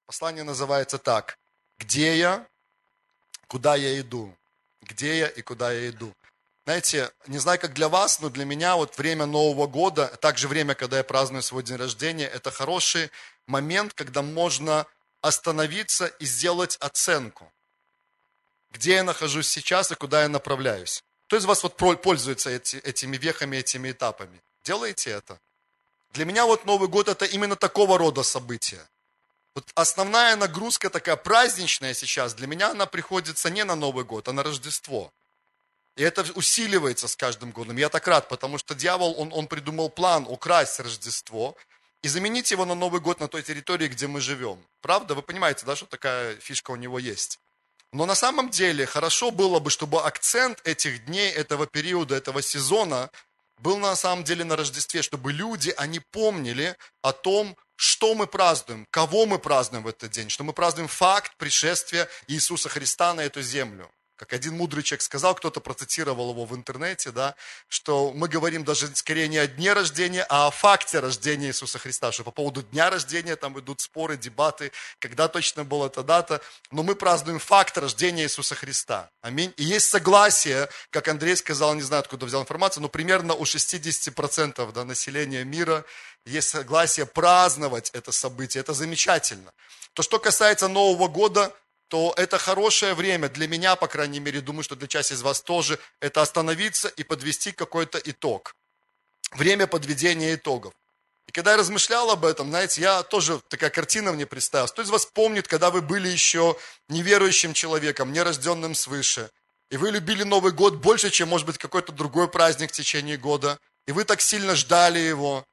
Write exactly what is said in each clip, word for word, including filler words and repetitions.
Послание называется так. Где я, куда я иду? Где я и куда я иду? Знаете, не знаю, как для вас, но для меня вот время Нового года, а также время, когда я праздную свой день рождения, это хороший момент, когда можно остановиться и сделать оценку. Где я нахожусь сейчас и куда я направляюсь. Кто из вас вот пользуется эти, этими вехами, этими этапами? Делаете это? Для меня вот Новый год это именно такого рода события. Вот основная нагрузка такая праздничная сейчас, для меня она приходится не на Новый год, а на Рождество. И это усиливается с каждым годом. Я так рад, потому что дьявол, он, он придумал план украсть Рождество и заменить его на Новый год на той территории, где мы живем. Правда? Вы понимаете, да, что такая фишка у него есть? Но на самом деле хорошо было бы, чтобы акцент этих дней, этого периода, этого сезона был на самом деле на Рождестве, чтобы люди, они помнили о том, что мы празднуем, кого мы празднуем в этот день, что мы празднуем факт пришествия Иисуса Христа на эту землю. Как один мудрый человек сказал, кто-то процитировал его в интернете, да, что мы говорим даже скорее не о дне рождения, а о факте рождения Иисуса Христа, что по поводу дня рождения там идут споры, дебаты, когда точно была эта дата, но мы празднуем факт рождения Иисуса Христа. Аминь. И есть согласие, как Андрей сказал, не знаю, откуда взял информацию, но примерно у шестьдесят процентов да, населения мира есть согласие праздновать это событие. Это замечательно. То, что касается Нового года, то это хорошее время для меня, по крайней мере, думаю, что для части из вас тоже, это остановиться и подвести какой-то итог. Время подведения итогов. И когда я размышлял об этом, знаете, я тоже, такая картина мне представилась. Кто из вас помнит, когда вы были еще неверующим человеком, нерожденным свыше, и вы любили Новый год больше, чем, может быть, какой-то другой праздник в течение года, и вы так сильно ждали его.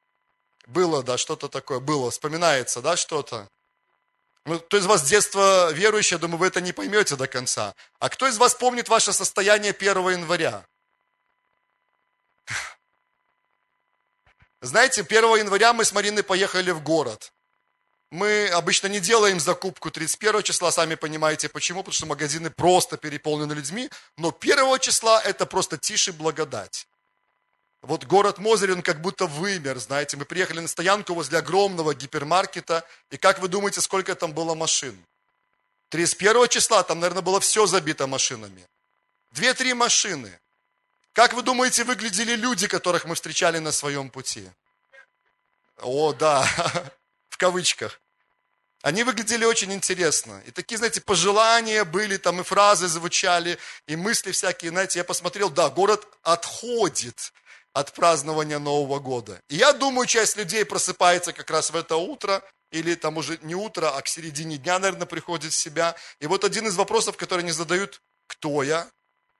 Было, да, что-то такое, было, вспоминается, да, что-то. Ну, кто из вас с детства верующий, я думаю, вы это не поймете до конца. А кто из вас помнит ваше состояние первого января? Знаете, первого января мы с Мариной поехали в город. Мы обычно не делаем закупку тридцать первого числа, сами понимаете почему, потому что магазины просто переполнены людьми, но первого числа это просто тишь и благодать. Вот город Мозырь, он как будто вымер, знаете. Мы приехали на стоянку возле огромного гипермаркета, и как вы думаете, сколько там было машин? тридцать первого числа там, наверное, было все забито машинами. Две-три машины. Как вы думаете, выглядели люди, которых мы встречали на своем пути? О, да, в кавычках. Они выглядели очень интересно. И такие, знаете, пожелания были, там и фразы звучали, и мысли всякие, знаете, я посмотрел, да, город отходит от празднования Нового года. И я думаю, часть людей просыпается как раз в это утро, или там уже не утро, а к середине дня, наверное, приходит в себя. И вот один из вопросов, которые они задают, кто я?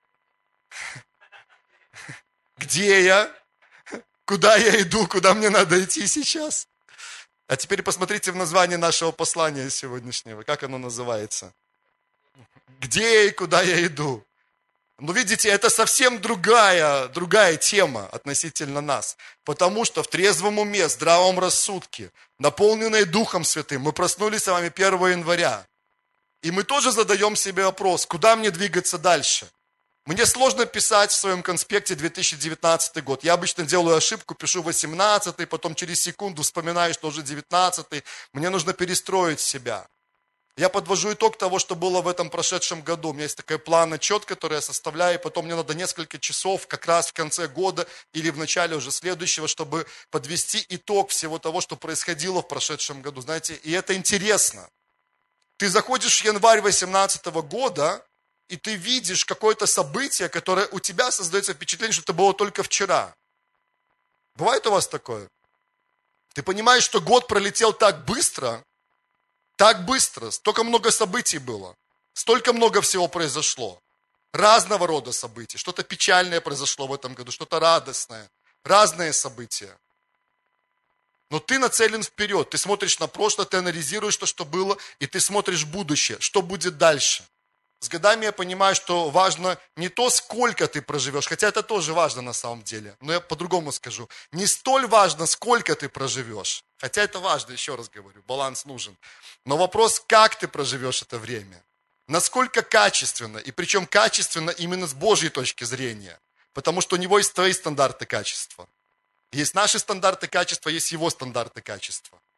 Где я? Куда я иду? Куда мне надо идти сейчас? А теперь посмотрите в название нашего послания сегодняшнего. Как оно называется? Где и куда я иду? Но видите, это совсем другая, другая тема относительно нас. Потому что в трезвом уме, здравом рассудке, наполненные Духом Святым, мы проснулись с вами первого января. И мы тоже задаем себе вопрос, куда мне двигаться дальше? Мне сложно писать в своем конспекте две тысячи девятнадцатый год. Я обычно делаю ошибку, пишу восемнадцатый, потом через секунду вспоминаю, что уже девятнадцатый. Мне нужно перестроить себя. Я подвожу итог того, что было в этом прошедшем году. У меня есть такой план, отчет, который я составляю, и потом мне надо несколько часов как раз в конце года или в начале уже следующего, чтобы подвести итог всего того, что происходило в прошедшем году. Знаете, и это интересно. Ты заходишь в январь две тысячи восемнадцатого года, и ты видишь какое-то событие, которое у тебя создается впечатление, что это было только вчера. Бывает у вас такое? Ты понимаешь, что год пролетел так быстро, так быстро, столько много событий было, столько много всего произошло, разного рода событий, что-то печальное произошло в этом году, что-то радостное, разные события. Но ты нацелен вперед, ты смотришь на прошлое, ты анализируешь то, что было, и ты смотришь в будущее, что будет дальше. С годами я понимаю, что важно не то, сколько ты проживешь, хотя это тоже важно на самом деле, но я по-другому скажу. Не столь важно, сколько ты проживешь, хотя это важно, еще раз говорю, баланс нужен. Но вопрос, как ты проживешь это время, насколько качественно, и причем качественно именно с Божьей точки зрения, потому что у него есть твои стандарты качества. Есть наши стандарты качества, есть его стандарты качества.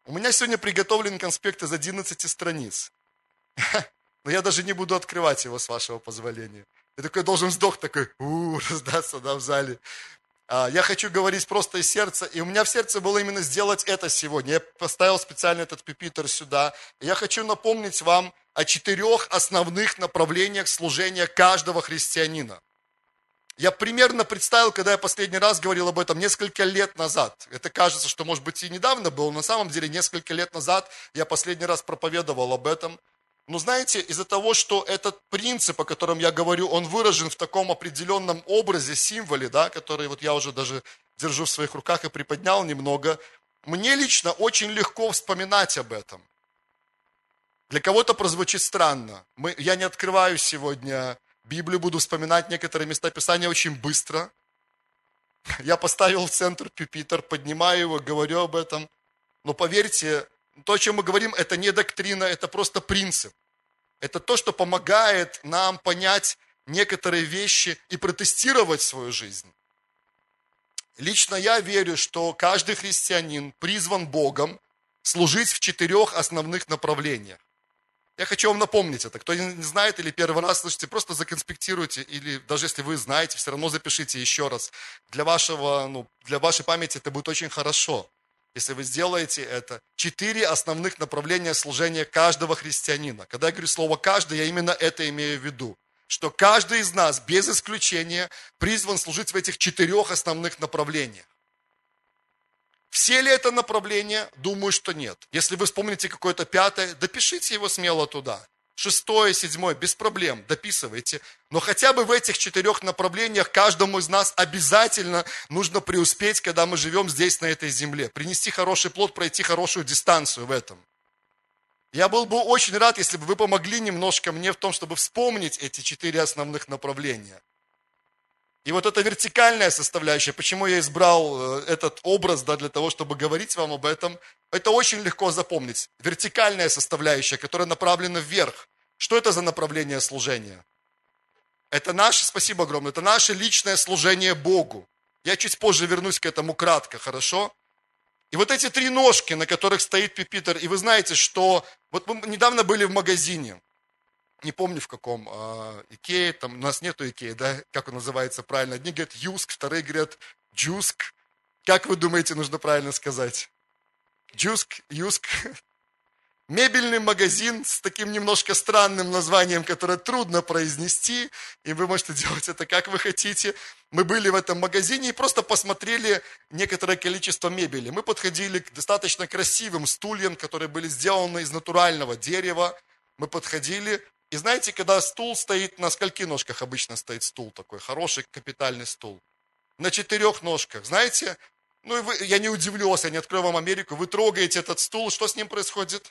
У меня сегодня приготовлен конспект из одиннадцати страниц. Но я даже не буду открывать его, с вашего позволения. Я такой должен вздох такой, у раздаться, да, в зале. А, я хочу говорить просто из сердца. И у меня в сердце было именно сделать это сегодня. Я поставил специально этот пюпитр сюда. И я хочу напомнить вам о четырех основных направлениях служения каждого христианина. Я примерно представил, когда я последний раз говорил об этом, несколько лет назад. Это кажется, что, может быть, и недавно было. На самом деле, несколько лет назад я последний раз проповедовал об этом. Но знаете, из-за того, что этот принцип, о котором я говорю, он выражен в таком определенном образе, символе, да, который вот я уже даже держу в своих руках и приподнял немного, мне лично очень легко вспоминать об этом. Для кого-то прозвучит странно. Мы, я не открываю сегодня Библию, буду вспоминать некоторые места Писания очень быстро. Я поставил в центр пюпитр, поднимаю его, говорю об этом. Но поверьте, то, о чем мы говорим, это не доктрина, это просто принцип. Это то, что помогает нам понять некоторые вещи и протестировать свою жизнь. Лично я верю, что каждый христианин призван Богом служить в четырех основных направлениях. Я хочу вам напомнить это. Кто не знает или первый раз слышите, просто законспектируйте, или даже если вы знаете, все равно запишите еще раз. Для, вашего, ну, для вашей памяти это будет очень хорошо. Если вы сделаете это, четыре основных направления служения каждого христианина. Когда я говорю слово «каждый», я именно это имею в виду. Что каждый из нас, без исключения, призван служить в этих четырех основных направлениях. Все ли это направления? Думаю, что нет. Если вы вспомните какое-то пятое, допишите его смело туда. Шестое, седьмое, без проблем, дописывайте. Но хотя бы в этих четырех направлениях каждому из нас обязательно нужно преуспеть, когда мы живем здесь, на этой земле. Принести хороший плод, пройти хорошую дистанцию в этом. Я был бы очень рад, если бы вы помогли немножко мне в том, чтобы вспомнить эти четыре основных направления. И вот эта вертикальная составляющая, почему я избрал этот образ, да, для того, чтобы говорить вам об этом, это очень легко запомнить. Вертикальная составляющая, которая направлена вверх. Что это за направление служения? Это наше, спасибо огромное, это наше личное служение Богу. Я чуть позже вернусь к этому кратко, хорошо? И вот эти три ножки, на которых стоит пюпитр, и вы знаете, что... Вот мы недавно были в магазине. Не помню в каком, Икея, там у нас нету Икеи, да, как он называется правильно. Одни говорят Юск, вторые говорят Джуск. Как вы думаете, нужно правильно сказать? Джуск, Юск. Мебельный магазин с таким немножко странным названием, которое трудно произнести, и вы можете делать это как вы хотите. Мы были в этом магазине и просто посмотрели некоторое количество мебели. Мы подходили к достаточно красивым стульям, которые были сделаны из натурального дерева. Мы подходили. И знаете, когда стул стоит, на скольких ножках обычно стоит стул такой, хороший капитальный стул? На четырех ножках. Знаете, ну и вы, я не удивлюсь, я не открою вам Америку, вы трогаете этот стул, что с ним происходит?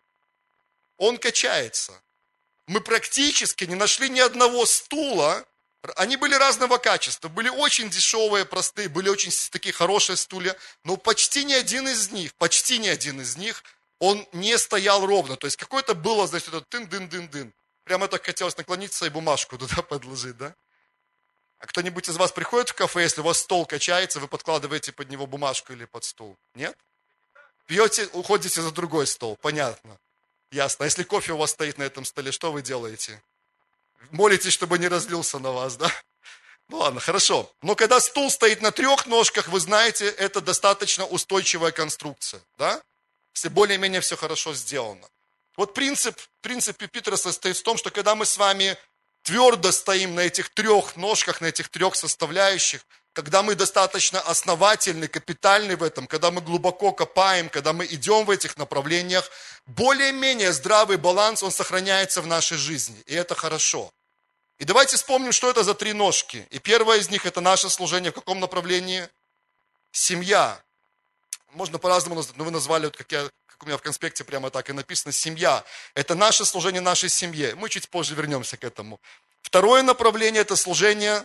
Он качается. Мы практически не нашли ни одного стула, они были разного качества, были очень дешевые, простые, были очень такие хорошие стулья, но почти ни один из них, почти ни один из них, он не стоял ровно. То есть какое-то было, значит, это тын-дын-дын-дын. Прямо так хотелось наклониться и бумажку туда подложить, да? А кто-нибудь из вас приходит в кафе, если у вас стол качается, вы подкладываете под него бумажку или под стул? Нет? Пьете, уходите за другой стол, понятно. Ясно. А если кофе у вас стоит на этом столе, что вы делаете? Молитесь, чтобы не разлился на вас, да? Ну ладно, хорошо. Но когда стул стоит на трех ножках, вы знаете, это достаточно устойчивая конструкция, да? Если более-менее все хорошо сделано. Вот принцип, принцип пюпитра состоит в том, что когда мы с вами твердо стоим на этих трех ножках, на этих трех составляющих, когда мы достаточно основательны, капитальны в этом, когда мы глубоко копаем, когда мы идем в этих направлениях, более-менее здравый баланс, он сохраняется в нашей жизни, и это хорошо. И давайте вспомним, что это за три ножки. И первое из них – это наше служение в каком направлении? Семья. Можно по-разному назвать, но вы назвали, вот как, я, как у меня в конспекте прямо так и написано, семья. Это наше служение нашей семье. Мы чуть позже вернемся к этому. Второе направление – это служение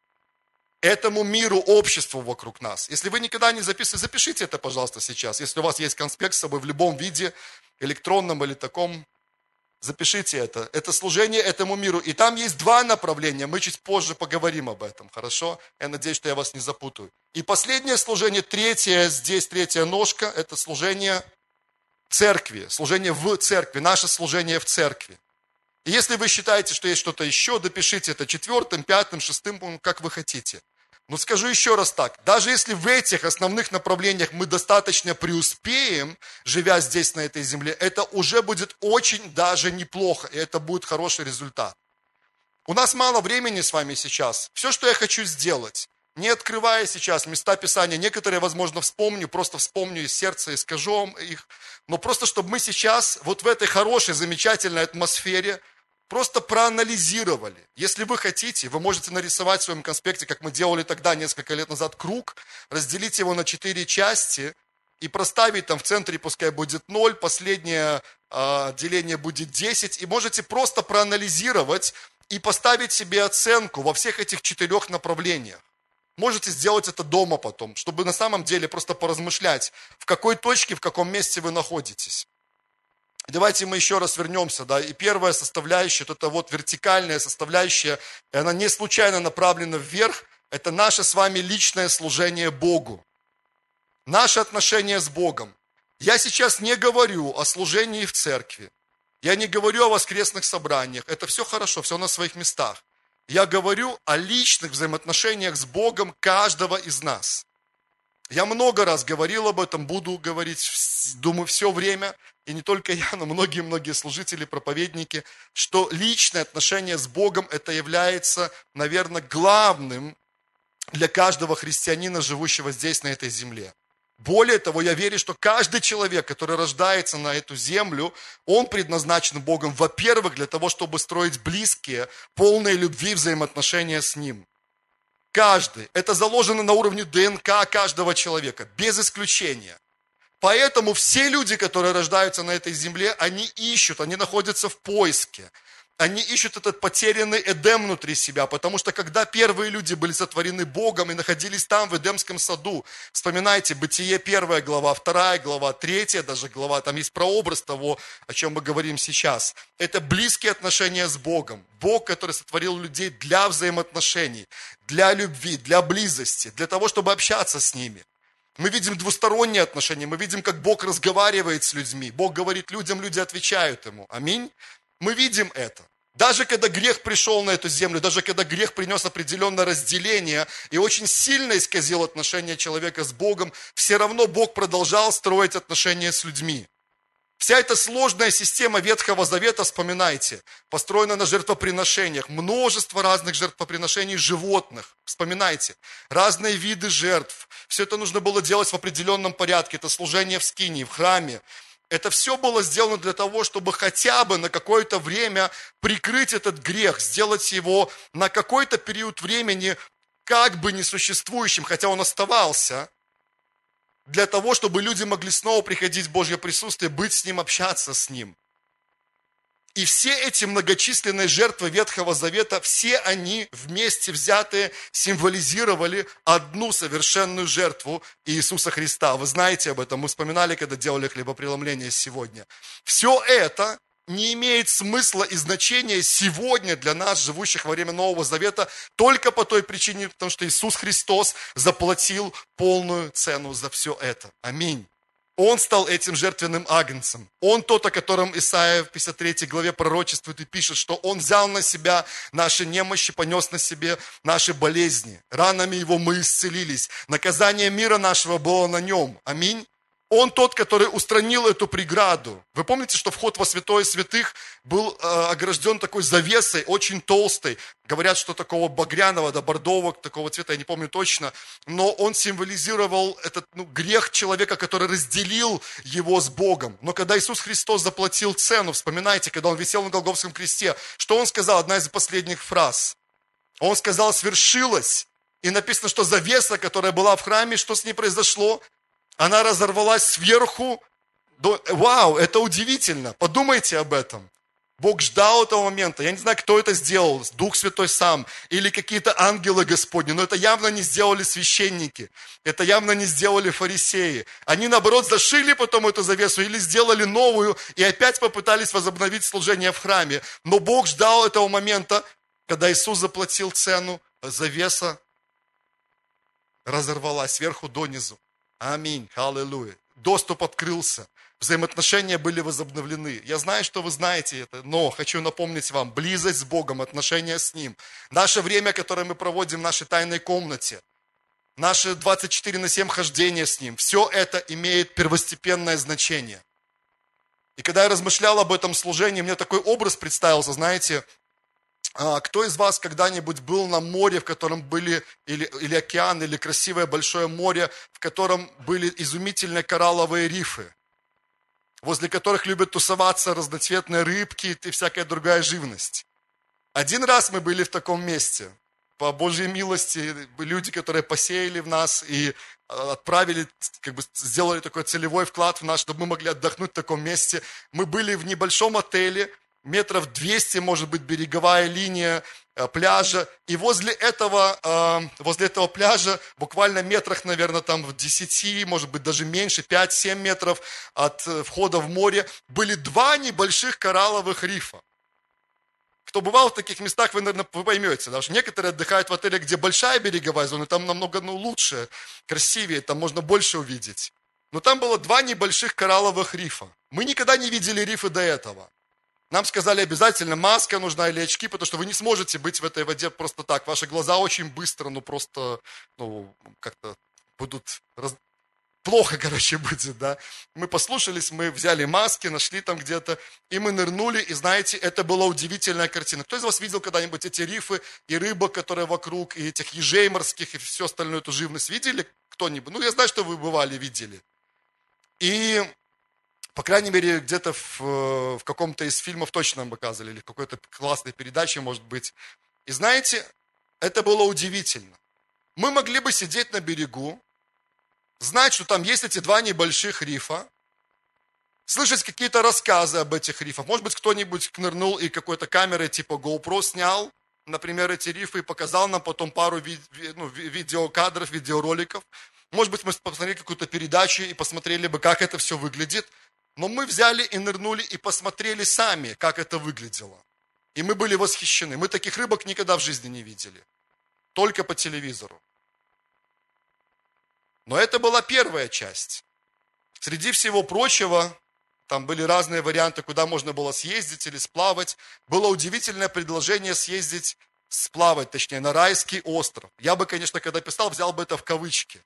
этому миру, обществу вокруг нас. Если вы никогда не записывали, запишите это, пожалуйста, сейчас. Если у вас есть конспект с собой в любом виде, электронном или таком, запишите это. Это служение этому миру. И там есть два направления. Мы чуть позже поговорим об этом, хорошо? Я надеюсь, что я вас не запутаю. И последнее служение, третье, здесь третья ножка, это служение церкви, служение в церкви, наше служение в церкви. И если вы считаете, что есть что-то еще, допишите это четвертым, пятым, шестым пунктом, как вы хотите. Но скажу еще раз так, даже если в этих основных направлениях мы достаточно преуспеем, живя здесь, на этой земле, это уже будет очень даже неплохо, и это будет хороший результат. У нас мало времени с вами сейчас. Все, что я хочу сделать, не открывая сейчас места Писания, некоторые, возможно, вспомню, просто вспомню из сердца и скажу вам их, но просто, чтобы мы сейчас вот в этой хорошей, замечательной атмосфере просто проанализировали. Если вы хотите, вы можете нарисовать в своем конспекте, как мы делали тогда, несколько лет назад, круг, разделить его на четыре части и проставить там в центре, пускай будет ноль, последнее э, деление будет десять, и можете просто проанализировать и поставить себе оценку во всех этих четырех направлениях. Можете сделать это дома потом, чтобы на самом деле просто поразмышлять, в какой точке, в каком месте вы находитесь. Давайте мы еще раз вернемся, да, и первая составляющая, вот это вот вертикальная составляющая, и она не случайно направлена вверх, это наше с вами личное служение Богу. Наше отношение с Богом. Я сейчас не говорю о служении в церкви, я не говорю о воскресных собраниях, это все хорошо, все на своих местах. Я говорю о личных взаимоотношениях с Богом каждого из нас. Я много раз говорил об этом, буду говорить, думаю, все время, и не только я, но многие-многие служители, проповедники, что личное отношение с Богом, это является, наверное, главным для каждого христианина, живущего здесь, на этой земле. Более того, я верю, что каждый человек, который рождается на эту землю, он предназначен Богом, во-первых, для того, чтобы строить близкие, полные любви взаимоотношения с Ним. Каждый. Это заложено на уровне ДНК каждого человека, без исключения. Поэтому все люди, которые рождаются на этой земле, они ищут, они находятся в поиске. Они ищут этот потерянный Эдем внутри себя, потому что когда первые люди были сотворены Богом и находились там, в Эдемском саду, вспоминайте, Бытие первая глава, вторая глава, третья даже глава, там есть прообраз того, о чем мы говорим сейчас. Это близкие отношения с Богом. Бог, который сотворил людей для взаимоотношений, для любви, для близости, для того, чтобы общаться с ними. Мы видим двусторонние отношения, мы видим, как Бог разговаривает с людьми. Бог говорит людям, люди отвечают Ему. Аминь. Мы видим это. Даже когда грех пришел на эту землю, даже когда грех принес определенное разделение и очень сильно исказил отношения человека с Богом, все равно Бог продолжал строить отношения с людьми. Вся эта сложная система Ветхого Завета, вспоминайте, построена на жертвоприношениях, множество разных жертвоприношений животных, вспоминайте, разные виды жертв. Все это нужно было делать в определенном порядке, это служение в скинии, в храме. Это все было сделано для того, чтобы хотя бы на какое-то время прикрыть этот грех, сделать его на какой-то период времени как бы несуществующим, хотя он оставался, для того, чтобы люди могли снова приходить в Божье присутствие, быть с Ним, общаться с Ним. И все эти многочисленные жертвы Ветхого Завета, все они вместе взятые символизировали одну совершенную жертву Иисуса Христа. Вы знаете об этом, мы вспоминали, когда делали хлебопреломление сегодня. Все это не имеет смысла и значения сегодня для нас, живущих во время Нового Завета, только по той причине, потому что Иисус Христос заплатил полную цену за все это. Аминь. Он стал этим жертвенным агнцем. Он тот, о котором Исаия в пятьдесят третьей главе пророчествует и пишет, что Он взял на себя наши немощи, понес на себе наши болезни. Ранами Его мы исцелились. Наказание мира нашего было на Нем. Аминь. Он тот, который устранил эту преграду. Вы помните, что вход во святое святых был э, огражден такой завесой, очень толстой. Говорят, что такого багряного, да, бордового такого цвета, я не помню точно. Но он символизировал этот ну, грех человека, который разделил его с Богом. Но когда Иисус Христос заплатил цену, вспоминайте, когда Он висел на Голгофском кресте, что Он сказал? Одна из последних фраз. Он сказал: свершилось. И написано, что завеса, которая была в храме, что с ней произошло? Она разорвалась сверху. До... Вау, это удивительно. Подумайте об этом. Бог ждал этого момента. Я не знаю, кто это сделал, Дух Святой сам, или какие-то ангелы Господни, но это явно не сделали священники. Это явно не сделали фарисеи. Они, наоборот, зашили потом эту завесу или сделали новую, и опять попытались возобновить служение в храме. Но Бог ждал этого момента, когда Иисус заплатил цену, завеса разорвалась сверху донизу. Аминь, аллилуйя. Доступ открылся. взаимоотношения были возобновлены. Я знаю, что вы знаете это, но хочу напомнить вам, близость с Богом, отношения с Ним, наше время, которое мы проводим в нашей тайной комнате, наше двадцать четыре на семь хождение с Ним, все это имеет первостепенное значение. И когда я размышлял об этом служении, мне такой образ представился, знаете, кто из вас когда-нибудь был на море, в котором были, или, или океан, или красивое большое море, в котором были изумительные коралловые рифы, возле которых любят тусоваться разноцветные рыбки и всякая другая живность. Один раз мы были в таком месте. По Божьей милости, люди, которые посеяли в нас и отправили, как бы сделали такой целевой вклад в нас, чтобы мы могли отдохнуть в таком месте. Мы были в небольшом отеле, метров двести, может быть, береговая линия пляжа. И возле этого, возле этого пляжа, буквально метрах, наверное, там в десяти, может быть, даже меньше, пять-семь метров от входа в море, были два небольших коралловых рифа. Кто бывал в таких местах, вы, наверное, вы поймете, потому что некоторые отдыхают в отеле, где большая береговая зона, там намного ну, лучше, красивее, там можно больше увидеть. Но там было два небольших коралловых рифа. Мы никогда не видели рифы до этого. Нам сказали, обязательно маска нужна или очки, потому что вы не сможете быть в этой воде просто так. Ваши глаза очень быстро, ну просто, ну, как-то будут... Раз... Плохо, короче, будет, да. Мы послушались, мы взяли маски, нашли там где-то, и мы нырнули, и знаете, это была удивительная картина. Кто из вас видел когда-нибудь эти рифы и рыбок, которые вокруг, и этих ежей морских, и всю остальную эту живность видели? Кто-нибудь? Ну, я знаю, что вы бывали, видели. И, по крайней мере, где-то в, в каком-то из фильмов точно нам показывали, или в какой-то классной передаче, может быть. И знаете, это было удивительно. Мы могли бы сидеть на берегу, знать, что там есть эти два небольших рифа, слышать какие-то рассказы об этих рифах. Может быть, кто-нибудь нырнул и какой-то камерой типа GoPro снял, например, эти рифы и показал нам потом пару ви- ну, видеокадров, видеороликов. Может быть, мы посмотрели какую-то передачу и посмотрели бы, как это все выглядит. Но мы взяли и нырнули и посмотрели сами, как это выглядело. И мы были восхищены. Мы таких рыбок никогда в жизни не видели. Только по телевизору. Но это была первая часть. Среди всего прочего, там были разные варианты, куда можно было съездить или сплавать. Было удивительное предложение съездить, сплавать, точнее, на райский остров. Я бы, конечно, когда писал, взял бы это в кавычки.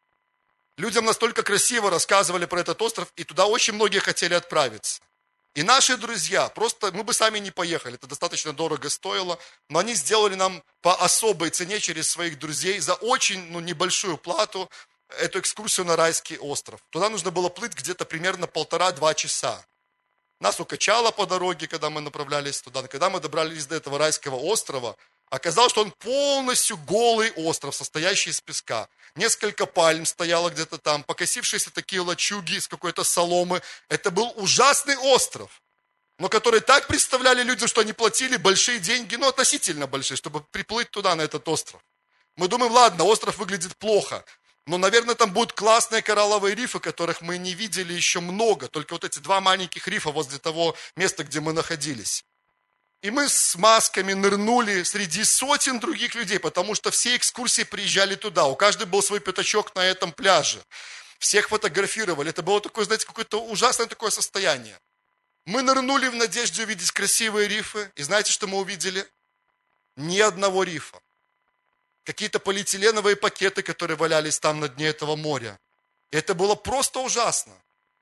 Людям настолько красиво рассказывали про этот остров, и туда очень многие хотели отправиться. И наши друзья, просто мы бы сами не поехали, это достаточно дорого стоило, но они сделали нам по особой цене через своих друзей за очень ну, небольшую плату эту экскурсию на райский остров. Туда нужно было плыть где-то примерно полтора-два часа. Нас укачало по дороге, когда мы направлялись туда. Когда мы добрались до этого райского острова, оказалось, что он полностью голый остров, состоящий из песка. Несколько пальм стояло где-то там, покосившиеся такие лачуги из какой-то соломы. Это был ужасный остров, но который так представляли людям, что они платили большие деньги, ну относительно большие, чтобы приплыть туда, на этот остров. Мы думаем, ладно, остров выглядит плохо, но, наверное, там будут классные коралловые рифы, которых мы не видели еще много. Только вот эти два маленьких рифа возле того места, где мы находились. И мы с масками нырнули среди сотен других людей, потому что все экскурсии приезжали туда. У каждого был свой пятачок на этом пляже. Всех фотографировали. Это было такое, знаете, какое-то ужасное такое состояние. Мы нырнули в надежде увидеть красивые рифы. И знаете, что мы увидели? Ни одного рифа. Какие-то полиэтиленовые пакеты, которые валялись там на дне этого моря. И это было просто ужасно.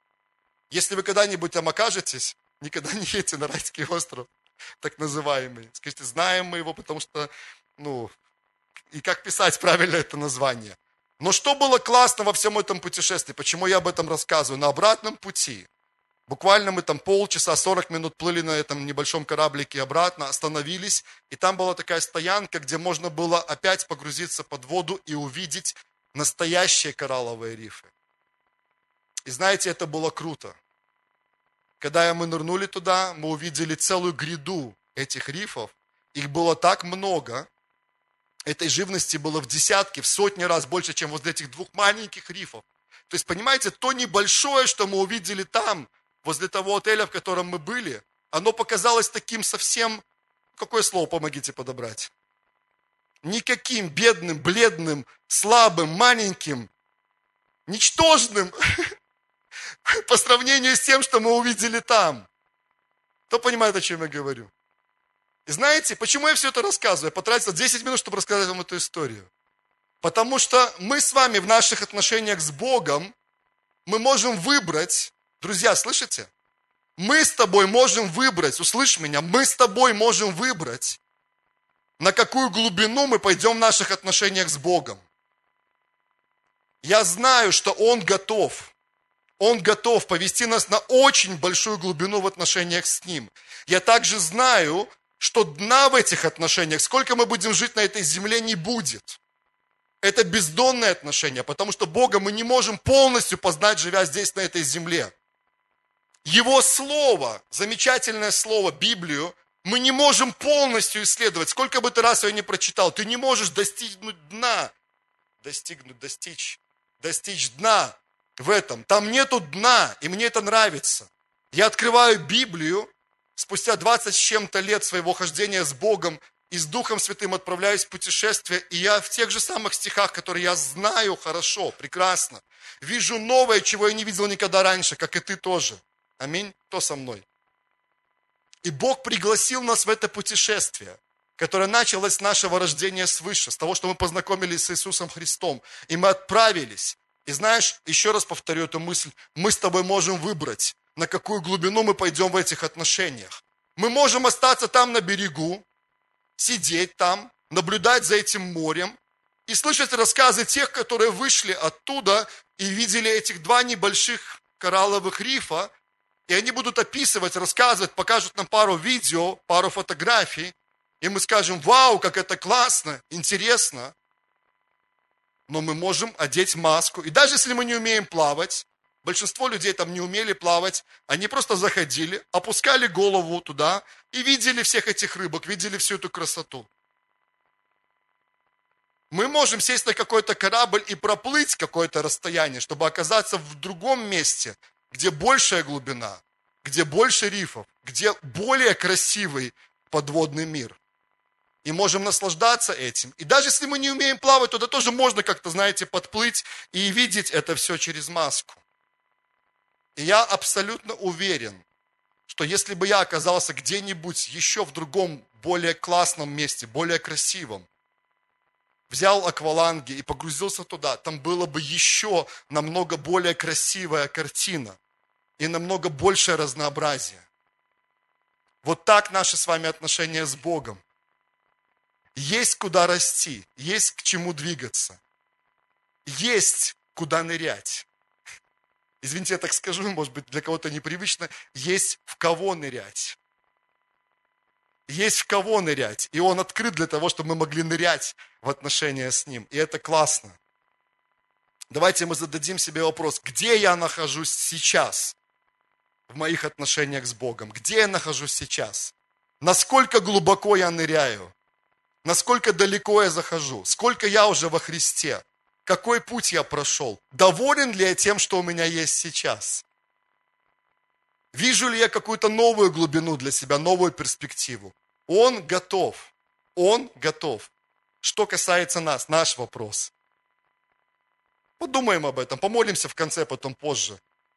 Если вы когда-нибудь там окажетесь, никогда не едьте на райский остров, так называемый. Скажите, знаем мы его, потому что, ну, и как писать правильно это название. Но что было классно во всем этом путешествии? Почему я об этом рассказываю? На обратном пути. Буквально мы там полчаса, сорок минут плыли на этом небольшом кораблике обратно, остановились, и там была такая стоянка, где можно было опять погрузиться под воду и увидеть настоящие коралловые рифы. И знаете, это было круто. Когда мы нырнули туда, мы увидели целую гряду этих рифов. Их было так много, этой живности было в десятки, в сотни раз больше, чем возле этих двух маленьких рифов. То есть, понимаете, то небольшое, что мы увидели там, возле того отеля, в котором мы были, оно показалось таким совсем, какое слово помогите подобрать? Никаким, бедным, бледным, слабым, маленьким, ничтожным. по сравнению с тем, что мы увидели там. Кто понимает, о чем я говорю? И знаете, почему я все это рассказываю? Я потратил десять минут, чтобы рассказать вам эту историю. Потому что мы с вами в наших отношениях с Богом, мы можем выбрать, друзья, слышите? Мы с тобой можем выбрать, услышь меня, мы с тобой можем выбрать, на какую глубину мы пойдем в наших отношениях с Богом. Я знаю, что Он готов. Он готов повести нас на очень большую глубину в отношениях с Ним. Я также знаю, что дна в этих отношениях, сколько мы будем жить на этой земле, не будет. Это бездонные отношения, потому что Бога мы не можем полностью познать, живя здесь, на этой земле. Его Слово, замечательное Слово, Библию, мы не можем полностью исследовать. Сколько бы ты раз ее не прочитал, ты не можешь достигнуть дна. Достигнуть, достичь, достичь дна в этом. Там нету дна, и мне это нравится. Я открываю Библию, спустя двадцать с чем-то лет своего хождения с Богом и с Духом Святым отправляюсь в путешествие, и я в тех же самых стихах, которые я знаю хорошо, прекрасно, вижу новое, чего я не видел никогда раньше, как и ты тоже. Аминь. Кто со мной? И Бог пригласил нас в это путешествие, которое началось с нашего рождения свыше, с того, что мы познакомились с Иисусом Христом, и мы отправились. И знаешь, еще раз повторю эту мысль, мы с тобой можем выбрать, на какую глубину мы пойдем в этих отношениях. Мы можем остаться там на берегу, сидеть там, наблюдать за этим морем и слышать рассказы тех, которые вышли оттуда и видели этих два небольших коралловых рифа, и они будут описывать, рассказывать, покажут нам пару видео, пару фотографий, и мы скажем: вау, как это классно, интересно. Но мы можем одеть маску, и даже если мы не умеем плавать, большинство людей там не умели плавать, они просто заходили, опускали голову туда и видели всех этих рыбок, видели всю эту красоту. Мы можем сесть на какой-то корабль и проплыть какое-то расстояние, чтобы оказаться в другом месте, где большая глубина, где больше рифов, где более красивый подводный мир. И можем наслаждаться этим. И даже если мы не умеем плавать, то тоже можно как-то, знаете, подплыть и видеть это все через маску. И я абсолютно уверен, что если бы я оказался где-нибудь еще в другом, более классном месте, более красивом, взял акваланги и погрузился туда, там было бы еще намного более красивая картина и намного большее разнообразие. Вот так наши с вами отношения с Богом. Есть куда расти, есть к чему двигаться, есть куда нырять. Извините, я так скажу, может быть, для кого-то непривычно, есть в кого нырять. Есть в кого нырять, и Он открыт для того, чтобы мы могли нырять в отношения с Ним, и это классно. Давайте мы зададим себе вопрос, где я нахожусь сейчас в моих отношениях с Богом, где я нахожусь сейчас, насколько глубоко я ныряю, насколько далеко я захожу, сколько я уже во Христе, какой путь я прошел, доволен ли я тем, что у меня есть сейчас, вижу ли я какую-то новую глубину для себя, новую перспективу. Он готов, Он готов. Что касается нас, наш вопрос. Подумаем об этом, помолимся в конце, потом позже.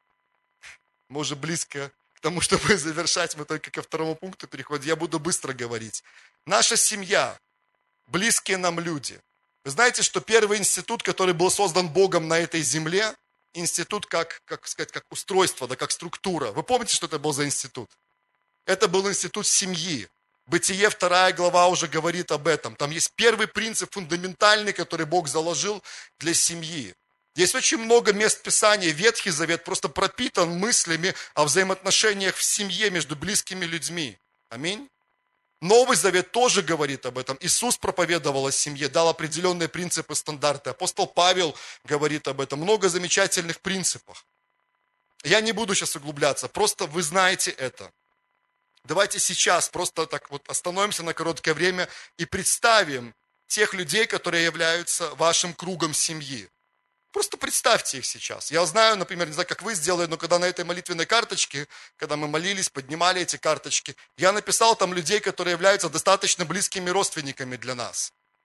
Мы уже близко к тому, чтобы завершать, мы только ко второму пункту переходим. Я буду быстро говорить. Наша семья, близкие нам люди. Вы знаете, что первый институт, который был создан Богом на этой земле, институт как, как сказать, как устройство, да, как структура. Вы помните, что это был за институт? Это был институт семьи. Бытие, вторая глава уже говорит об этом. Там есть первый принцип фундаментальный, который Бог заложил для семьи. Есть очень много мест Писания. Ветхий Завет просто пропитан мыслями о взаимоотношениях в семье между близкими людьми. Аминь. Новый Завет тоже говорит об этом. Иисус проповедовал о семье, дал определенные принципы, стандарты. Апостол Павел говорит об этом. Много замечательных принципов. Я не буду сейчас углубляться, просто вы знаете это. Давайте сейчас просто так вот остановимся на короткое время и представим тех людей, которые являются вашим кругом семьи. Просто представьте их сейчас. Я знаю, например, не знаю, как вы сделали, но когда на этой молитвенной карточке, когда мы молились, поднимали эти карточки, я написал там людей, которые являются достаточно близкими родственниками для нас.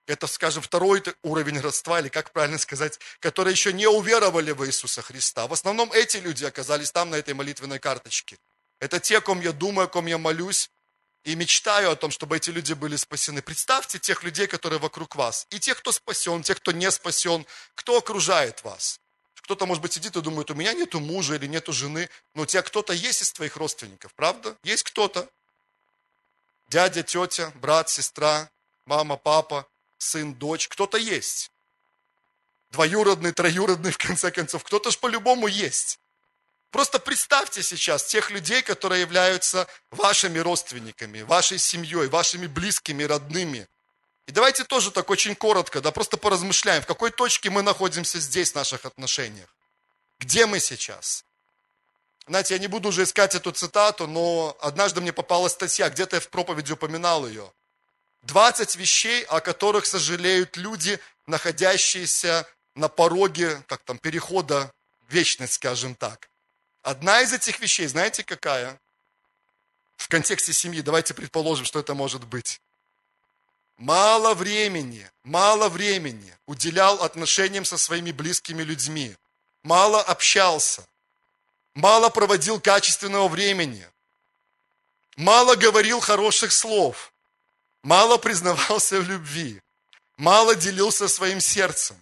Это, скажем, второй уровень родства, или как правильно сказать, которые еще не уверовали в Иисуса Христа. В основном эти люди оказались там, на этой молитвенной карточке. Это те, о ком я думаю, о ком я молюсь и мечтаю о том, чтобы эти люди были спасены. Представьте тех людей, которые вокруг вас. И тех, кто спасен, тех, кто не спасен, кто окружает вас. Кто-то, может быть, сидит и думает, у меня нету мужа или нету жены, но у тебя кто-то есть из твоих родственников, правда? Есть кто-то. Дядя, тетя, брат, сестра, мама, папа, сын, дочь. Кто-то есть. Двоюродный, троюродный, в конце концов. Кто-то же по-любому есть. Просто представьте сейчас тех людей, которые являются вашими родственниками, вашей семьей, вашими близкими, родными. И давайте тоже так очень коротко, да, просто поразмышляем, в какой точке мы находимся здесь в наших отношениях. Где мы сейчас? Знаете, я не буду уже искать эту цитату, но однажды мне попалась статья, где-то я в проповеди упоминал ее. двадцать вещей, о которых сожалеют люди, находящиеся на пороге, как там, перехода в вечность, скажем так. Одна из этих вещей, знаете, какая? В контексте семьи, давайте предположим, что это может быть. Мало времени, мало времени уделял отношениям со своими близкими людьми. Мало общался. Мало проводил качественного времени. Мало говорил хороших слов. Мало признавался в любви. Мало делился своим сердцем.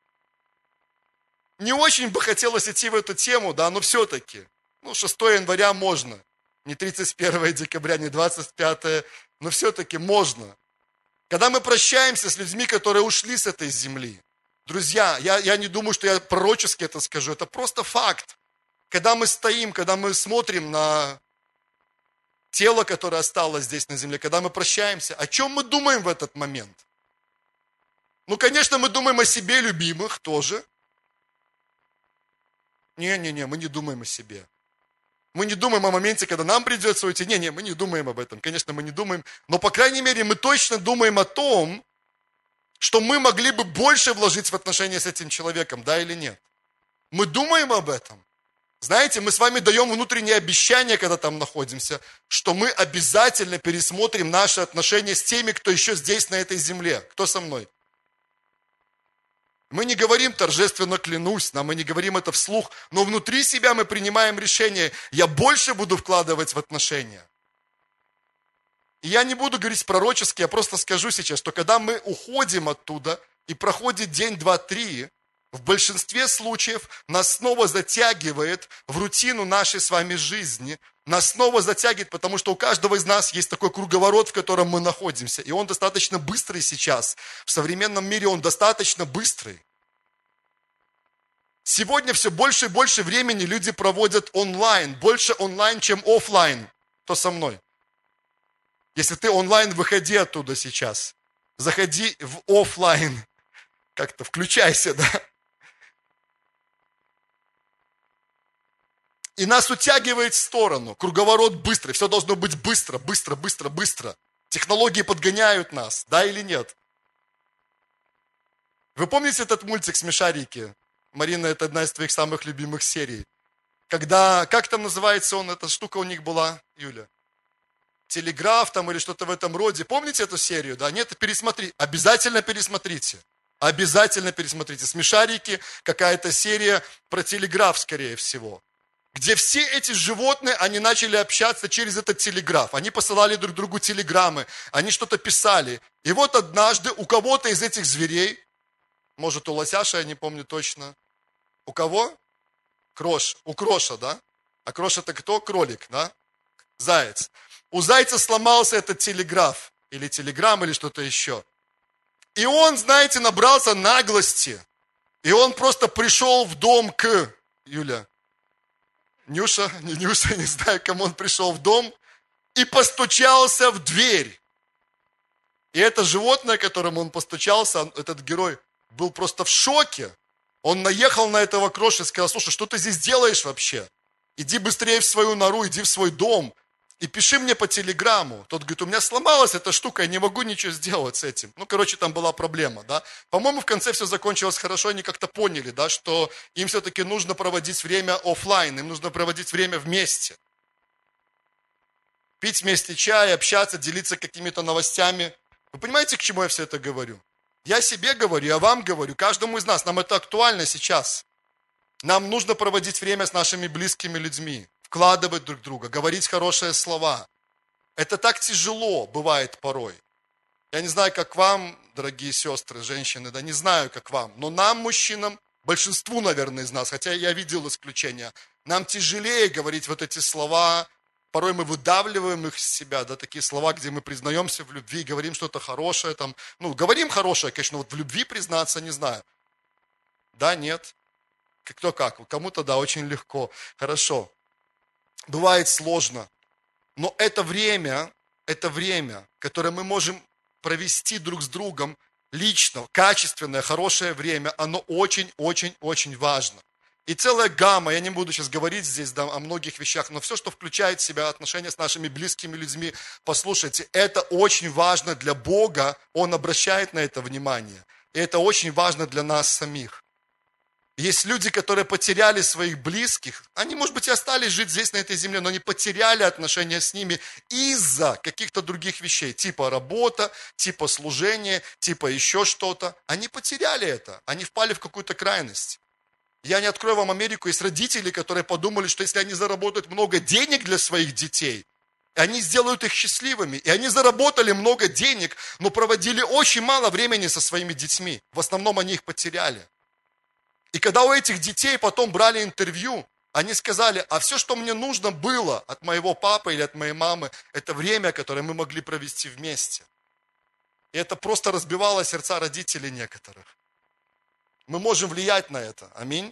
Не очень бы хотелось идти в эту тему, да, но все-таки. Ну, шестого января можно. Не тридцать первого декабря, не двадцать пятого, но все-таки можно. Когда мы прощаемся с людьми, которые ушли с этой земли. Друзья, я, я не думаю, что я пророчески это скажу, это просто факт. Когда мы стоим, когда мы смотрим на тело, которое осталось здесь на земле, когда мы прощаемся, о чем мы думаем в этот момент? Ну, конечно, мы думаем о себе любимых тоже. Не-не-не, мы не думаем о себе. Мы не думаем о моменте, когда нам придется уйти. Не-не, мы не думаем об этом. Конечно, мы не думаем. Но, по крайней мере, мы точно думаем о том, что мы могли бы больше вложить в отношения с этим человеком, да или нет. Мы думаем об этом. Знаете, мы с вами даем внутреннее обещание, когда там находимся, что мы обязательно пересмотрим наши отношения с теми, кто еще здесь, на этой земле. Кто со мной? Мы не говорим торжественно клянусь, нам мы не говорим это вслух, но внутри себя мы принимаем решение, я больше буду вкладывать в отношения. И я не буду говорить пророчески, я просто скажу сейчас, что когда мы уходим оттуда, и проходит день, два, три, в большинстве случаев нас снова затягивает в рутину нашей с вами жизни, нас снова затягивает, потому что у каждого из нас есть такой круговорот, в котором мы находимся. И он достаточно быстрый сейчас. В современном мире он достаточно быстрый. Сегодня все больше и больше времени люди проводят онлайн. Больше онлайн, чем офлайн. Кто со мной? Если ты онлайн, выходи оттуда сейчас. Заходи в офлайн. Как-то включайся, да? И нас утягивает в сторону. Круговорот быстрый. Все должно быть быстро, быстро, быстро, быстро. Технологии подгоняют нас, да или нет? Вы помните этот мультик «Смешарики»? Марина, это одна из твоих самых любимых серий. Когда, как там называется он, эта штука у них была, Юля? Телеграф там или что-то в этом роде. Помните эту серию? Да, нет, пересмотри. Обязательно пересмотрите. Обязательно пересмотрите. «Смешарики», какая-то серия про телеграф, скорее всего. Где все эти животные, они начали общаться через этот телеграф. Они посылали друг другу телеграммы, они что-то писали. И вот однажды у кого-то из этих зверей, может у лосяша, я не помню точно. У кого? Крош. У Кроша, да? А Крош это кто? Кролик, да? Заяц. У зайца сломался этот телеграф. Или телеграмм, или что-то еще. И он, знаете, набрался наглости. И он просто пришел в дом к... Юля... Нюша, не Нюша, не знаю, кому он пришел в дом, и постучался в дверь. И это животное, которому он постучался, этот герой, был просто в шоке. Он наехал на этого Кроша и сказал: слушай, что ты здесь делаешь вообще? Иди быстрее в свою нору, иди в свой дом и пиши мне по телеграмму. Тот говорит: у меня сломалась эта штука, я не могу ничего сделать с этим. Ну, короче, там была проблема, да. По-моему, в конце все закончилось хорошо, они как-то поняли, да, что им все-таки нужно проводить время офлайн, им нужно проводить время вместе. Пить вместе чай, общаться, делиться какими-то новостями. Вы понимаете, к чему я все это говорю? Я себе говорю, я вам говорю, каждому из нас, нам это актуально сейчас. Нам нужно проводить время с нашими близкими людьми, вкладывать друг в друга, говорить хорошие слова. Это так тяжело бывает порой. Я не знаю, как вам, дорогие сестры, женщины, да не знаю, как вам, но нам, мужчинам, большинству, наверное, из нас, хотя я видел исключения, нам тяжелее говорить вот эти слова, порой мы выдавливаем их из себя, да, такие слова, где мы признаемся в любви, говорим что-то хорошее, там, ну, говорим хорошее, конечно, вот в любви признаться, не знаю. Да, нет? Кто как? Кому-то, да, очень легко. Хорошо. Бывает сложно, но это время, это время, которое мы можем провести друг с другом лично, качественное, хорошее время, оно очень-очень-очень важно. И целая гамма, я не буду сейчас говорить здесь да, о многих вещах, но все, что включает в себя отношения с нашими близкими людьми, послушайте, это очень важно для Бога, Он обращает на это внимание. И это очень важно для нас самих. Есть люди, которые потеряли своих близких, они, может быть, и остались жить здесь, на этой земле, но они потеряли отношения с ними из-за каких-то других вещей, типа работа, типа служения, типа еще что-то. Они потеряли это, они впали в какую-то крайность. Я не открою вам Америку, есть родители, которые подумали, что если они заработают много денег для своих детей, они сделают их счастливыми. И они заработали много денег, но проводили очень мало времени со своими детьми. В основном они их потеряли. И когда у этих детей потом брали интервью, они сказали, а все, что мне нужно было от моего папы или от моей мамы, это время, которое мы могли провести вместе. И это просто разбивало сердца родителей некоторых. Мы можем влиять на это. Аминь.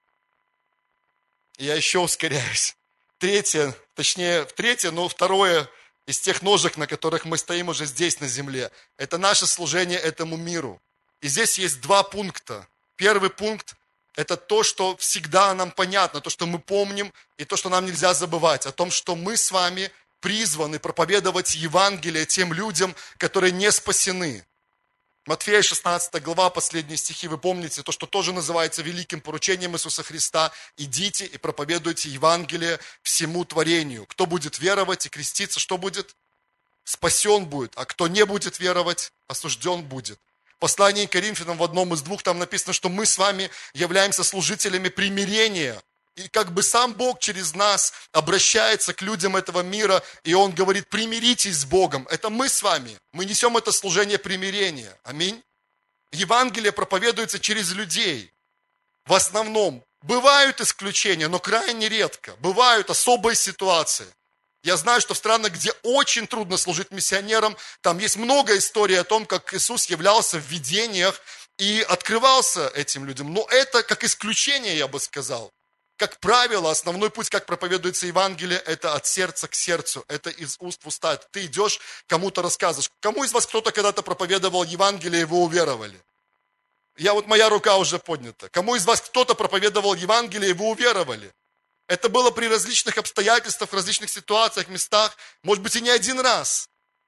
И я еще ускоряюсь. Третье, точнее, третье, но второе из тех ножек, на которых мы стоим уже здесь на земле, это наше служение этому миру. И здесь есть два пункта. Первый пункт – это то, что всегда нам понятно, то, что мы помним, и то, что нам нельзя забывать, о том, что мы с вами призваны проповедовать Евангелие тем людям, которые не спасены. Матфея шестнадцатая глава, последние стихи, вы помните, то, что тоже называется великим поручением Иисуса Христа. Идите и проповедуйте Евангелие всему творению. Кто будет веровать и креститься, что будет? Спасен будет. А кто не будет веровать, осужден будет. В послании к Коринфянам в одном из двух там написано, что мы с вами являемся служителями примирения. И как бы сам Бог через нас обращается к людям этого мира, и Он говорит, примиритесь с Богом. Это мы с вами. Мы несем это служение примирения. Аминь. Евангелие проповедуется через людей. В основном. Бывают исключения, но крайне редко. Бывают особые ситуации. Я знаю, что в странах, где очень трудно служить миссионерам, там есть много историй о том, как Иисус являлся в видениях и открывался этим людям. Но это как исключение, я бы сказал. Как правило, основной путь, как проповедуется Евангелие, это от сердца к сердцу, это из уст в уста. Ты идешь, кому-то рассказываешь. Кому из вас кто-то когда-то проповедовал Евангелие, и вы уверовали? Я вот, моя рука уже поднята. Кому из вас кто-то проповедовал Евангелие, и вы уверовали? Это было при различных обстоятельствах, в различных ситуациях, местах, может быть, и не один раз.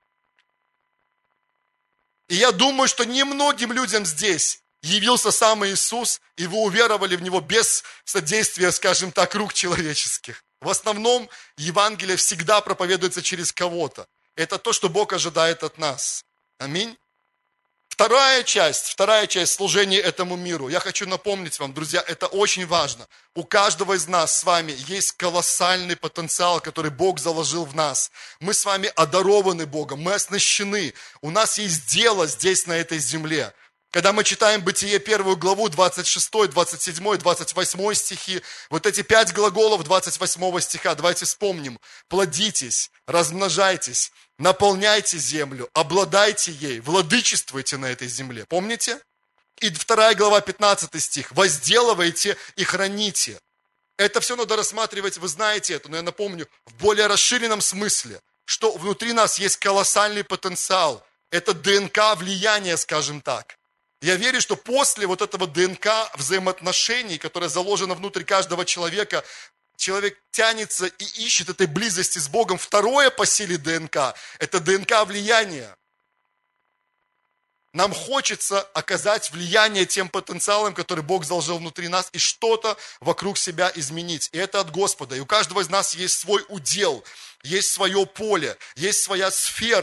И я думаю, что немногим людям здесь явился сам Иисус, и вы уверовали в Него без содействия, скажем так, рук человеческих. В основном Евангелие всегда проповедуется через кого-то. Это то, что Бог ожидает от нас. Аминь. Вторая часть, вторая часть служения этому миру. Я хочу напомнить вам, друзья, это очень важно. У каждого из нас с вами есть колоссальный потенциал, который Бог заложил в нас. Мы с вами одарованы Богом, мы оснащены. У нас есть дело здесь, на этой земле. Когда мы читаем Бытие первую главу, двадцать шестой, двадцать седьмой, двадцать восьмой стихи, вот эти пять глаголов двадцать восьмого стиха, давайте вспомним. Плодитесь, размножайтесь, наполняйте землю, обладайте ей, владычествуйте на этой земле. Помните? И вторая глава, пятнадцатый стих. Возделывайте и храните. Это все надо рассматривать, вы знаете это, но я напомню, в более расширенном смысле, что внутри нас есть колоссальный потенциал. Это ДНК влияния, скажем так. Я верю, что после вот этого ДНК взаимоотношений, которое заложено внутрь каждого человека, человек тянется и ищет этой близости с Богом. Второе по силе ДНК – это ДНК влияния. Нам хочется оказать влияние тем потенциалом, который Бог заложил внутри нас, и что-то вокруг себя изменить. И это от Господа. И у каждого из нас есть свой удел, есть свое поле, есть своя сфера.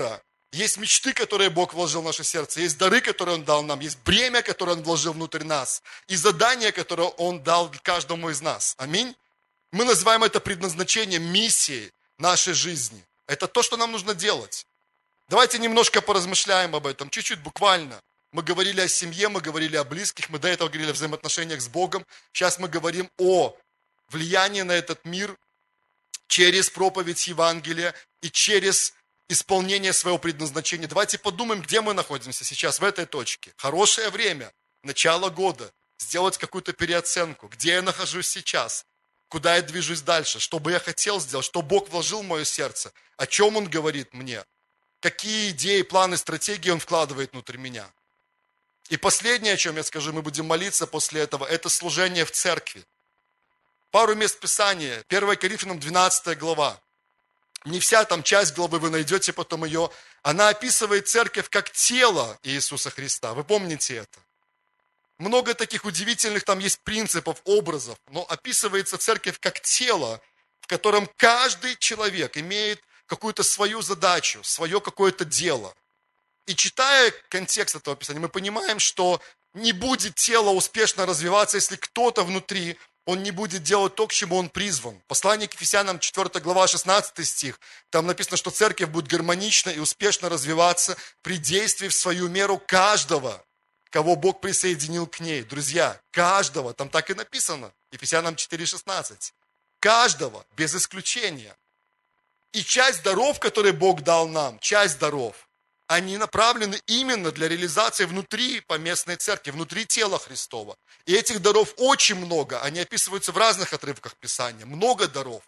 Есть мечты, которые Бог вложил в наше сердце, есть дары, которые Он дал нам, есть бремя, которое Он вложил внутрь нас, и задание, которое Он дал каждому из нас. Аминь. Мы называем это предназначением, миссией нашей жизни. Это то, что нам нужно делать. Давайте немножко поразмышляем об этом, чуть-чуть буквально. Мы говорили о семье, мы говорили о близких, мы до этого говорили о взаимоотношениях с Богом. Сейчас мы говорим о влиянии на этот мир через проповедь Евангелия и через исполнение своего предназначения. Давайте подумаем, где мы находимся сейчас, в этой точке. Хорошее время, начало года, сделать какую-то переоценку, где я нахожусь сейчас, куда я движусь дальше, что бы я хотел сделать, что Бог вложил в мое сердце, о чем Он говорит мне, какие идеи, планы, стратегии Он вкладывает внутрь меня. И последнее, о чем я скажу, мы будем молиться после этого, это служение в церкви. Пару мест Писания, первое Коринфянам двенадцатая глава. Не вся там часть главы, вы найдете потом ее. Она описывает церковь как тело Иисуса Христа. Вы помните это? Много таких удивительных там есть принципов, образов. Но описывается церковь как тело, в котором каждый человек имеет какую-то свою задачу, свое какое-то дело. И читая контекст этого Писания, мы понимаем, что не будет тело успешно развиваться, если кто-то внутри он не будет делать то, к чему он призван. Послание к Ефесянам, четвёртая глава, шестнадцатый стих. Там написано, что церковь будет гармонично и успешно развиваться при действии в свою меру каждого, кого Бог присоединил к ней. Друзья, каждого, там так и написано. Ефесянам четыре шестнадцать. Каждого, без исключения. И часть даров, которые Бог дал нам, часть даров, они направлены именно для реализации внутри поместной церкви, внутри тела Христова. И этих даров очень много, они описываются в разных отрывках Писания, много даров.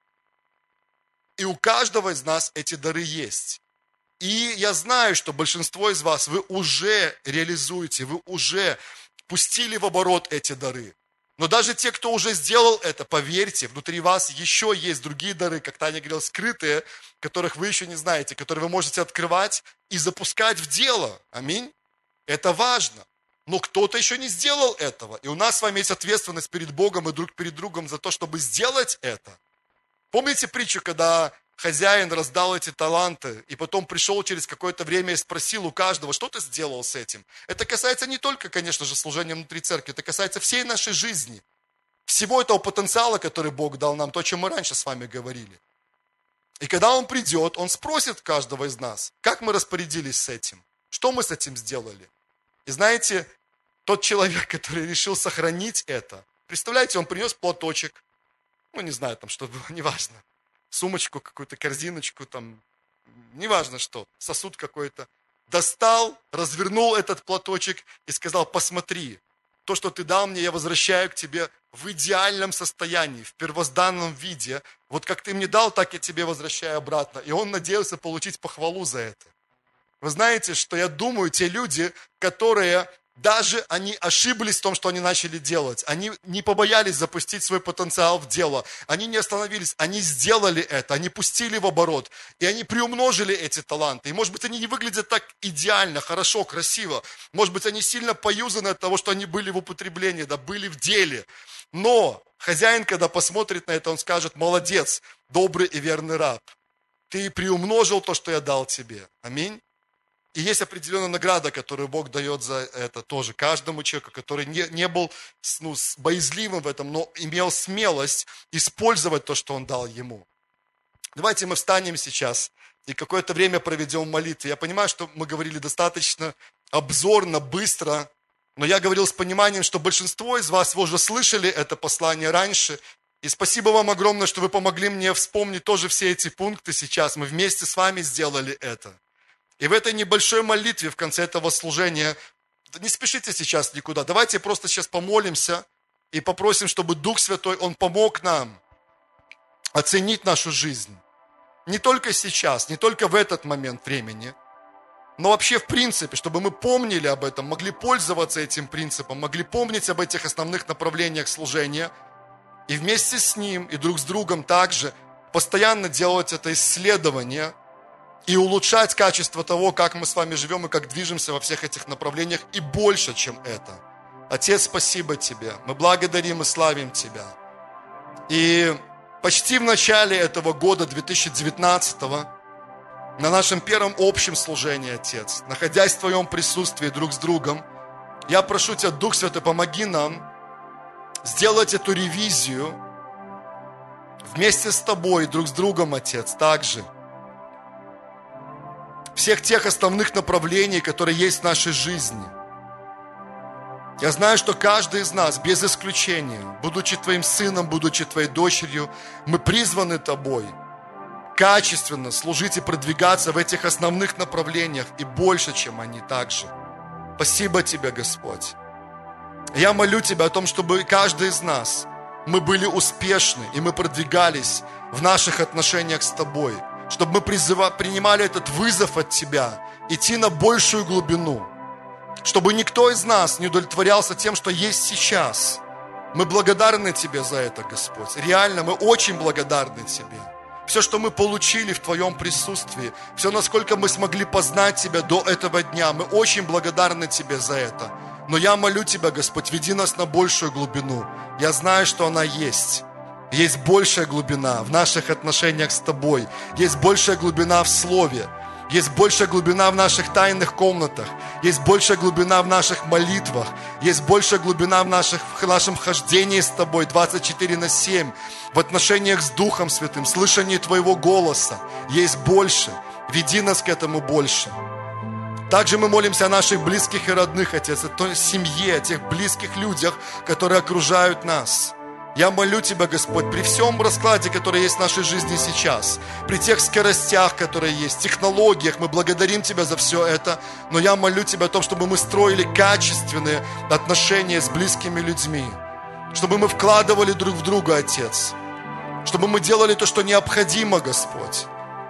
И у каждого из нас эти дары есть. И я знаю, что большинство из вас, вы уже реализуете, вы уже пустили в оборот эти дары. Но даже те, кто уже сделал это, поверьте, внутри вас еще есть другие дары, как Таня говорила, скрытые, которых вы еще не знаете, которые вы можете открывать и запускать в дело. Аминь. Это важно. Но кто-то еще не сделал этого. И у нас с вами есть ответственность перед Богом и друг перед другом за то, чтобы сделать это. Помните притчу, когда хозяин раздал эти таланты, и потом пришел через какое-то время и спросил у каждого, что ты сделал с этим? Это касается не только, конечно же, служения внутри церкви, это касается всей нашей жизни. Всего этого потенциала, который Бог дал нам, то, о чем мы раньше с вами говорили. И когда Он придет, Он спросит каждого из нас, как мы распорядились с этим, что мы с этим сделали. И знаете, тот человек, который решил сохранить это, представляете, он принес платочек, ну не знаю, там что было, неважно, сумочку какую-то, корзиночку, там, неважно что, сосуд какой-то, достал, развернул этот платочек и сказал, посмотри, то, что ты дал мне, я возвращаю к тебе в идеальном состоянии, в первозданном виде. Вот как ты мне дал, так я тебе возвращаю обратно. И он надеялся получить похвалу за это. Вы знаете, что я думаю, те люди, которые даже они ошиблись в том, что они начали делать. Они не побоялись запустить свой потенциал в дело. Они не остановились, они сделали это, они пустили в оборот. И они приумножили эти таланты. И может быть, они не выглядят так идеально, хорошо, красиво. Может быть, они сильно поюзаны от того, что они были в употреблении, да, были в деле. Но хозяин, когда посмотрит на это, он скажет, молодец, добрый и верный раб. Ты приумножил то, что я дал тебе. Аминь. И есть определенная награда, которую Бог дает за это тоже каждому человеку, который не, не был ну, боязливым в этом, но имел смелость использовать то, что Он дал ему. Давайте мы встанем сейчас и какое-то время проведем в молитве. Я понимаю, что мы говорили достаточно обзорно, быстро, но я говорил с пониманием, что большинство из вас, вы уже слышали это послание раньше. И спасибо вам огромное, что вы помогли мне вспомнить тоже все эти пункты сейчас. Мы вместе с вами сделали это. И в этой небольшой молитве в конце этого служения, не спешите сейчас никуда, давайте просто сейчас помолимся и попросим, чтобы Дух Святой, Он помог нам оценить нашу жизнь. Не только сейчас, не только в этот момент времени, но вообще в принципе, чтобы мы помнили об этом, могли пользоваться этим принципом, могли помнить об этих основных направлениях служения и вместе с Ним и друг с другом также постоянно делать это исследование и улучшать качество того, как мы с вами живем и как движемся во всех этих направлениях, и больше, чем это. Отец, спасибо Тебе. Мы благодарим и славим Тебя. И почти в начале этого года, две тысячи девятнадцатого, на нашем первом общем служении, Отец, находясь в Твоем присутствии друг с другом, я прошу Тебя, Дух Святой, помоги нам сделать эту ревизию вместе с Тобой, друг с другом, Отец, также. Всех тех основных направлений, которые есть в нашей жизни. Я знаю, что каждый из нас, без исключения, будучи Твоим сыном, будучи Твоей дочерью, мы призваны Тобой качественно служить и продвигаться в этих основных направлениях и больше, чем они также. Спасибо Тебе, Господь. Я молю Тебя о том, чтобы каждый из нас, мы были успешны и мы продвигались в наших отношениях с Тобой, чтобы мы призыва, принимали этот вызов от Тебя, идти на большую глубину, чтобы никто из нас не удовлетворялся тем, что есть сейчас. Мы благодарны Тебе за это, Господь. Реально, мы очень благодарны Тебе. Все, что мы получили в Твоем присутствии, все, насколько мы смогли познать Тебя до этого дня, мы очень благодарны Тебе за это. Но я молю Тебя, Господь, веди нас на большую глубину. Я знаю, что она есть. Есть большая глубина в наших отношениях с Тобой. Есть большая глубина в Слове. Есть большая глубина в наших тайных комнатах. Есть большая глубина в наших молитвах. Есть большая глубина в, наших, в нашем хождении с Тобой двадцать четыре на семь. В отношениях с Духом Святым, слышании Твоего голоса. Есть больше. Веди нас к этому больше. Также мы молимся о наших близких и родных, Отец, о той семье, о тех близких людях, которые окружают нас. Я молю Тебя, Господь, при всем раскладе, который есть в нашей жизни сейчас, при тех скоростях, которые есть, технологиях, мы благодарим Тебя за все это, но я молю Тебя о том, чтобы мы строили качественные отношения с близкими людьми, чтобы мы вкладывали друг в друга, Отец, чтобы мы делали то, что необходимо, Господь,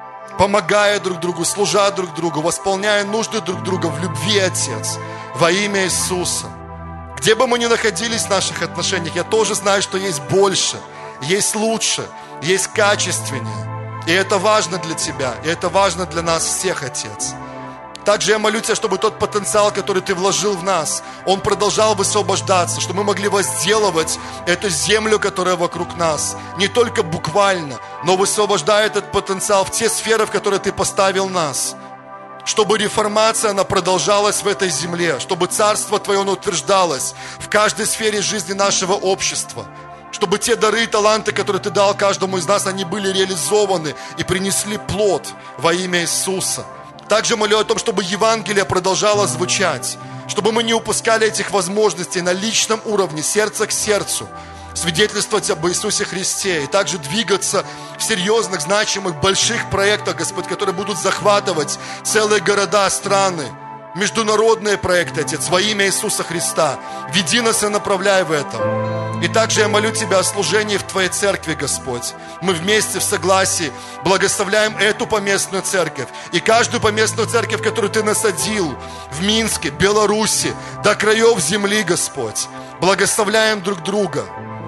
помогая друг другу, служа друг другу, восполняя нужды друг друга в любви, Отец, во имя Иисуса. Где бы мы ни находились в наших отношениях, я тоже знаю, что есть больше, есть лучше, есть качественнее. И это важно для Тебя, и это важно для нас всех, Отец. Также я молю Тебя, чтобы тот потенциал, который Ты вложил в нас, он продолжал высвобождаться, чтобы мы могли возделывать эту землю, которая вокруг нас. Не только буквально, но высвобождая этот потенциал в те сферы, в которые Ты поставил нас. Чтобы реформация, она продолжалась в этой земле, чтобы Царство Твое, оно утверждалось в каждой сфере жизни нашего общества, чтобы те дары и таланты, которые Ты дал каждому из нас, они были реализованы и принесли плод во имя Иисуса. Также молю о том, чтобы Евангелие продолжало звучать, чтобы мы не упускали этих возможностей на личном уровне, сердце к сердцу, свидетельствовать об Иисусе Христе и также двигаться в серьезных, значимых, больших проектах, Господь, которые будут захватывать целые города, страны, международные проекты, Отец, во имя Иисуса Христа. Веди нас и направляй в этом. И также я молю Тебя о служении в Твоей церкви, Господь. Мы вместе в согласии благословляем эту поместную церковь и каждую поместную церковь, которую Ты насадил в Минске, Беларуси, до краев земли, Господь. Благословляем друг друга.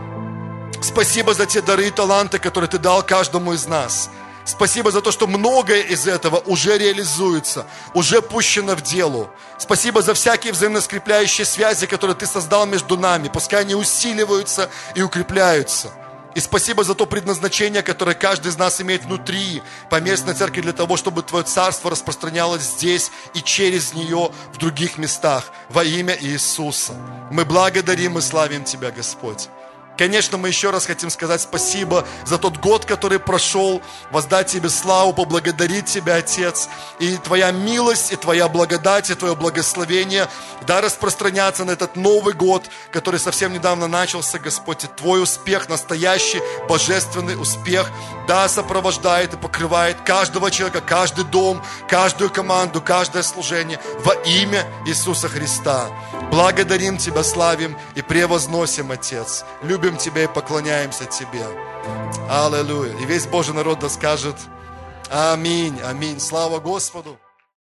Спасибо за те дары и таланты, которые Ты дал каждому из нас. Спасибо за то, что многое из этого уже реализуется, уже пущено в дело. Спасибо за всякие взаимоскрепляющие связи, которые Ты создал между нами. Пускай они усиливаются и укрепляются. И спасибо за то предназначение, которое каждый из нас имеет внутри поместной церкви для того, чтобы Твое Царство распространялось здесь и через нее в других местах во имя Иисуса. Мы благодарим и славим Тебя, Господь. Конечно, мы еще раз хотим сказать спасибо за тот год, который прошел, воздать Тебе славу, поблагодарить Тебя, Отец. И Твоя милость, и Твоя благодать, и Твое благословение, да, распространяться на этот Новый год, который совсем недавно начался, Господь. И Твой успех, настоящий божественный успех, да, сопровождает и покрывает каждого человека, каждый дом, каждую команду, каждое служение во имя Иисуса Христа. Благодарим Тебя, славим и превозносим, Отец. Любим Тебя и поклоняемся Тебе. Аллилуйя. И весь Божий народ да скажет аминь, аминь. Слава Господу.